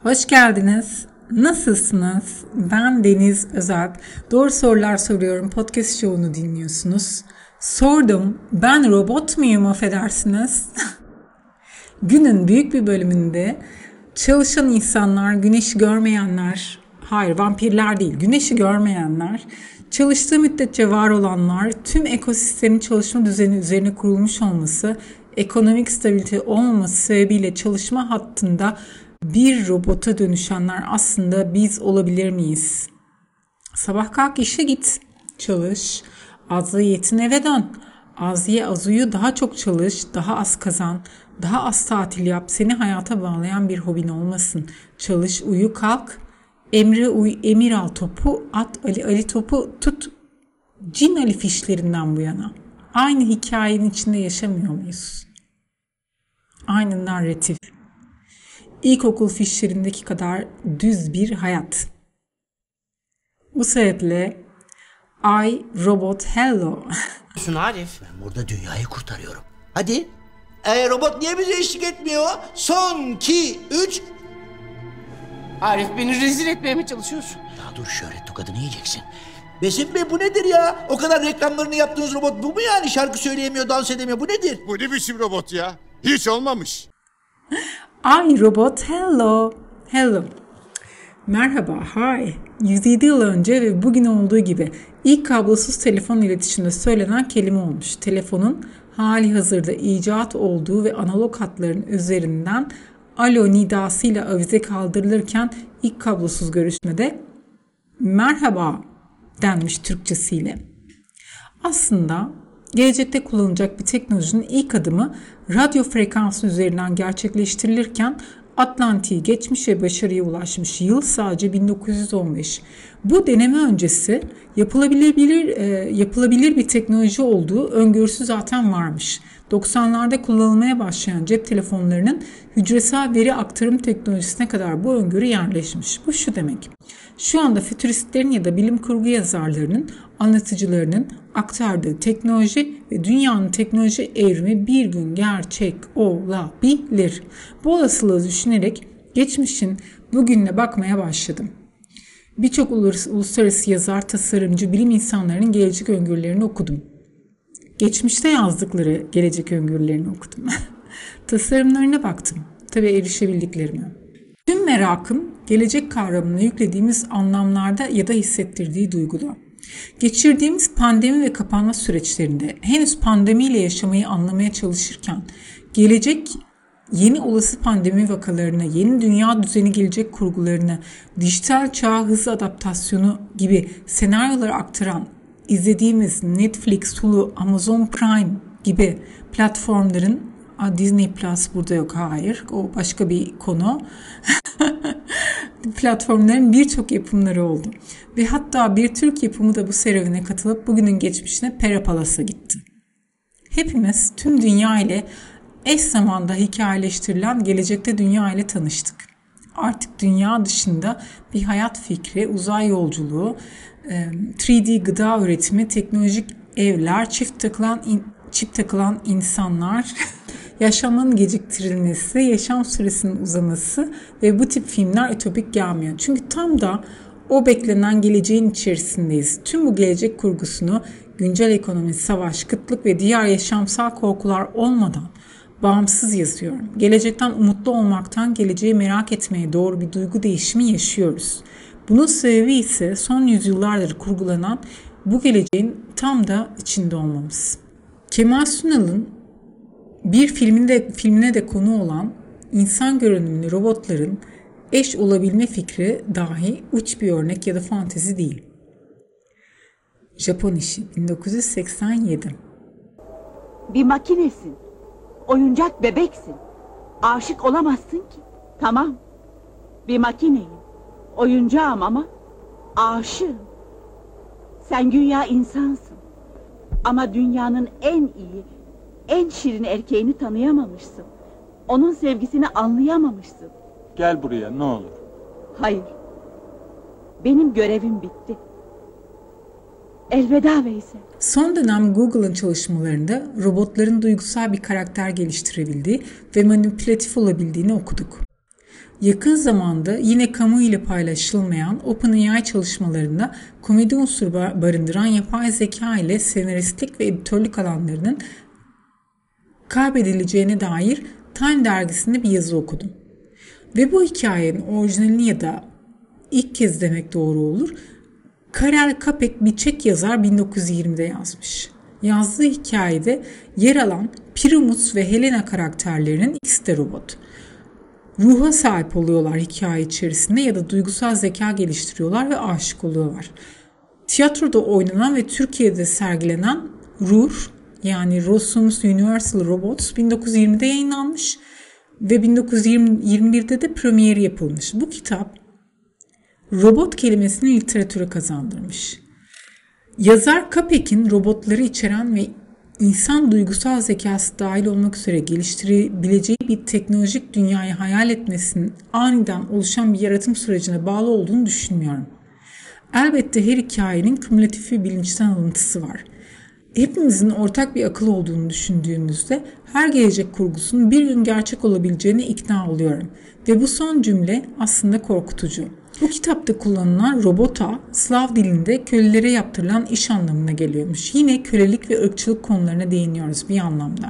Hoş geldiniz. Nasılsınız? Ben Deniz Özalp. Doğru sorular soruyorum. Podcast show'unu dinliyorsunuz. Sordum. Ben robot muyum affedersiniz? Günün büyük bir bölümünde çalışan insanlar, güneşi görmeyenler, hayır vampirler değil, güneşi görmeyenler, çalıştığı müddetçe var olanlar, tüm ekosistemin çalışma düzeni üzerine kurulmuş olması, ekonomik stabilite olmaması sebebiyle çalışma hattında bir robota dönüşenler aslında biz olabilir miyiz? Sabah kalk işe git, çalış, azla yetin eve dön. Az ye az uyu, daha çok çalış, daha az kazan, daha az tatil yap. Seni hayata bağlayan bir hobin olmasın. Çalış, uyu, kalk. Emre uy, emir al topu, at Ali, Ali topu tut. Cin Ali fişlerinden bu yana. Aynı hikayenin içinde yaşamıyor muyuz? Aynı narratif. İlkokul fişlerindeki kadar düz bir hayat. Bu sebeple I, Robot, Hello. Arif. Ben burada dünyayı kurtarıyorum. Hadi. Robot niye bize eşlik etmiyor? Son 2, 3. Arif beni rezil etmeye mi çalışıyorsun? Daha dur şöhret tokadını yiyeceksin. Besim Bey bu nedir ya? O kadar reklamlarını yaptığınız robot bu mu yani? Şarkı söyleyemiyor, dans edemiyor. Bu nedir? Bu ne biçim robot ya? Hiç olmamış. I, Robot, Hello. Hello. Merhaba, hi. 107 yıl önce ve bugün olduğu gibi ilk kablosuz telefon iletişiminde söylenen kelime olmuş. Telefonun hali hazırda icat olduğu ve analog hatların üzerinden alo nidasıyla avize kaldırılırken ilk kablosuz görüşmede merhaba denmiş Türkçesiyle. Aslında gelecekte kullanılacak bir teknolojinin ilk adımı radyo frekansı üzerinden gerçekleştirilirken Atlantik'i geçmiş ve başarıya ulaşmış. Yıl sadece 1915. Bu deneme öncesi yapılabilir bir teknoloji olduğu öngörüsü zaten varmış. 90'larda kullanılmaya başlayan cep telefonlarının hücresel veri aktarım teknolojisine kadar bu öngörü yerleşmiş. Bu şu demek. Şu anda fütüristlerin ya da bilim kurgu yazarlarının, anlatıcılarının aktardığı teknoloji ve dünyanın teknoloji evrimi bir gün gerçek olabilir. Bu olasılığı düşünerek geçmişin bugününe bakmaya başladım. Birçok uluslararası yazar, tasarımcı, bilim insanlarının gelecek öngörülerini okudum. Geçmişte yazdıkları gelecek öngörülerini okudum. Tasarımlarına baktım. Tabii erişebildiklerime. Tüm merakım gelecek kavramına yüklediğimiz anlamlarda ya da hissettirdiği duyguda. Geçirdiğimiz pandemi ve kapanma süreçlerinde henüz pandemiyle yaşamayı anlamaya çalışırken gelecek yeni olası pandemi vakalarına, yeni dünya düzeni gelecek kurgularına, dijital çağ hızlı adaptasyonu gibi senaryoları aktaran izlediğimiz Netflix, Hulu, Amazon Prime gibi platformların, Disney Plus burada yok, hayır, o başka bir konu. Platformların birçok yapımları oldu. Ve hatta bir Türk yapımı da bu serüvene katılıp bugünün geçmişine Pera Palas'a gitti. Hepimiz tüm dünya ile eş zamanda hikayeleştirilen gelecekte dünya ile tanıştık. Artık dünya dışında bir hayat fikri, uzay yolculuğu, 3D gıda üretimi, teknolojik evler, çift takılan insanlar, yaşamın geciktirilmesi, yaşam süresinin uzaması ve bu tip filmler ütopik gelmiyor. Çünkü tam da o beklenen geleceğin içerisindeyiz. Tüm bu gelecek kurgusunu güncel ekonomi, savaş, kıtlık ve diğer yaşamsal korkular olmadan bağımsız yazıyorum. Gelecekten umutlu olmaktan geleceği merak etmeye doğru bir duygu değişimi yaşıyoruz. Bunun sebebi ise son yüzyıllardır kurgulanan bu geleceğin tam da içinde olmamız. Kemal Sunal'ın bir filmine de konu olan insan görünümlü robotların eş olabilme fikri dahi uç bir örnek ya da fantezi değil. Japon işi 1987. Bir makinesin. Oyuncak bebeksin. Aşık olamazsın ki. Tamam. Bir makineyim. Oyuncağım ama aşığım. Sen güya insansın. Ama dünyanın en iyi, en şirin erkeğini tanıyamamışsın. Onun sevgisini anlayamamışsın. Gel buraya ne olur. Hayır. Benim görevim bitti. Elveda Veysel. Son dönem Google'ın çalışmalarında robotların duygusal bir karakter geliştirebildiği ve manipülatif olabildiğini okuduk. Yakın zamanda yine kamu ile paylaşılmayan OpenAI çalışmalarında komedi unsuru barındıran yapay zeka ile senaristlik ve editörlük alanlarının kaybedileceğine dair Time dergisinde bir yazı okudum. Ve bu hikayenin orijinalini ya da ilk kez demek doğru olur, Karel Čapek bir Çek yazar 1920'de yazmış. Yazdığı hikayede yer alan Primus ve Helena karakterlerinin ikisi de robot. Ruha sahip oluyorlar hikaye içerisinde ya da duygusal zeka geliştiriyorlar ve aşık oluyorlar. Tiyatroda oynanan ve Türkiye'de sergilenen Ruh, yani Rossum's Universal Robots 1920'de yayınlanmış ve 1921'de de premieri yapılmış. Bu kitap robot kelimesini literatüre kazandırmış. Yazar Čapek'in robotları içeren ve insan duygusal zekası dahil olmak üzere geliştirebileceği bir teknolojik dünyayı hayal etmesinin aniden oluşan bir yaratım sürecine bağlı olduğunu düşünmüyorum. Elbette her hikayenin kümülatif bir bilinçten alıntısı var. Hepimizin ortak bir akıl olduğunu düşündüğümüzde her gelecek kurgusunun bir gün gerçek olabileceğine ikna oluyorum. Ve bu son cümle aslında korkutucu. Bu kitapta kullanılan robota, Slav dilinde kölelere yaptırılan iş anlamına geliyormuş. Yine kölelik ve ırkçılık konularına değiniyoruz bir anlamda.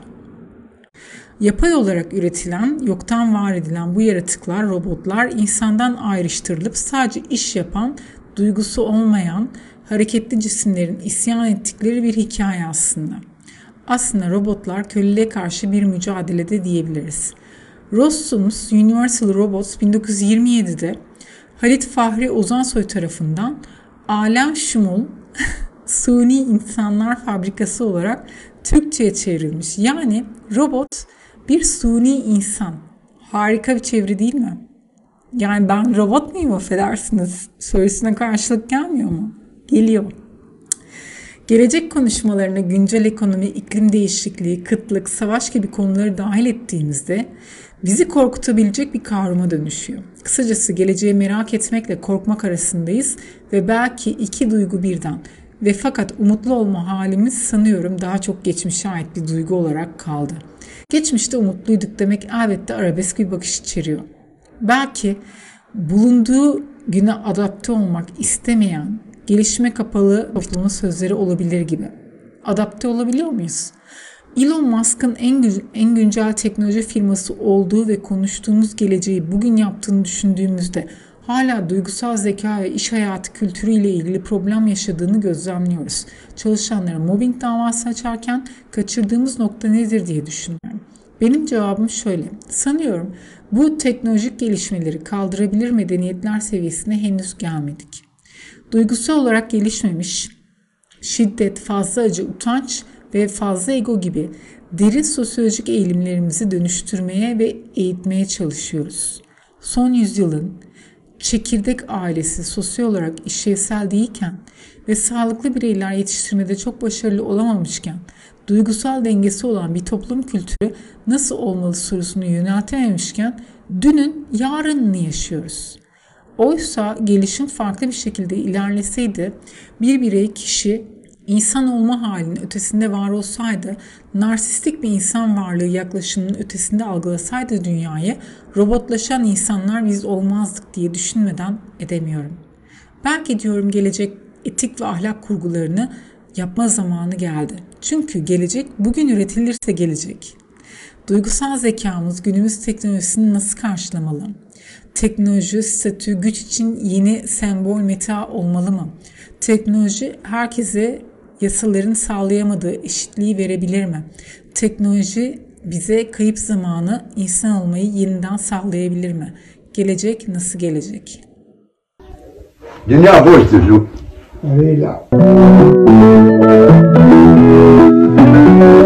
Yapay olarak üretilen, yoktan var edilen bu yaratıklar, robotlar insandan ayrıştırılıp sadece iş yapan, duygusu olmayan, hareketli cisimlerin isyan ettikleri bir hikaye aslında. Aslında robotlar köleliğe karşı bir mücadelede diyebiliriz. Rossum's Universal Robots 1927'de Halit Fahri Ozansoy tarafından Alem Şumul Suni İnsanlar Fabrikası olarak Türkçe'ye çevrilmiş. Yani robot bir suni insan. Harika bir çeviri değil mi? Yani ben robot muyum affedersiniz? Soyusuna karşılık gelmiyor mu? Geliyor. Gelecek konuşmalarına güncel ekonomi, iklim değişikliği, kıtlık, savaş gibi konuları dahil ettiğimizde bizi korkutabilecek bir kavrama dönüşüyor. Kısacası geleceği merak etmekle korkmak arasındayız ve belki iki duygu birden. Ve fakat umutlu olma halimiz sanıyorum daha çok geçmişe ait bir duygu olarak kaldı. Geçmişte umutluyduk demek elbette arabesk bir bakış içeriyor. Belki bulunduğu güne adapte olmak istemeyen, gelişime kapalı toplumun sözleri olabilir gibi. Adapte olabiliyor muyuz? Elon Musk'ın en güncel teknoloji firması olduğu ve konuştuğumuz geleceği bugün yaptığını düşündüğümüzde hala duygusal zeka ve iş hayatı kültürüyle ilgili problem yaşadığını gözlemliyoruz. Çalışanlara mobbing davası açarken kaçırdığımız nokta nedir diye düşünüyorum. Benim cevabım şöyle. Sanıyorum bu teknolojik gelişmeleri kaldırabilir medeniyetler seviyesine henüz gelmedik. Duygusal olarak gelişmemiş, şiddet, fazla acı, utanç ve fazla ego gibi derin sosyolojik eğilimlerimizi dönüştürmeye ve eğitmeye çalışıyoruz. Son yüzyılın çekirdek ailesi sosyal olarak işlevsel değilken ve sağlıklı bireyler yetiştirmede çok başarılı olamamışken duygusal dengesi olan bir toplum kültürü nasıl olmalı sorusunu yöneltememişken dünün yarınını yaşıyoruz. Oysa gelişim farklı bir şekilde ilerleseydi bir birey kişi insan olma halinin ötesinde var olsaydı, narsistik bir insan varlığı yaklaşımının ötesinde algılasaydı dünyayı, robotlaşan insanlar biz olmazdık diye düşünmeden edemiyorum. Belki diyorum gelecek etik ve ahlak kurgularını yapma zamanı geldi. Çünkü gelecek bugün üretilirse gelecek. Duygusal zekamız günümüz teknolojisini nasıl karşılamalı? Teknoloji, statü, güç için yeni sembol meta olmalı mı? Teknoloji herkese yasaların sağlayamadığı eşitliği verebilir mi? Teknoloji bize kayıp zamanı, insan olmayı yeniden sağlayabilir mi? Gelecek nasıl gelecek? Dünya boş çocuk. Öyle.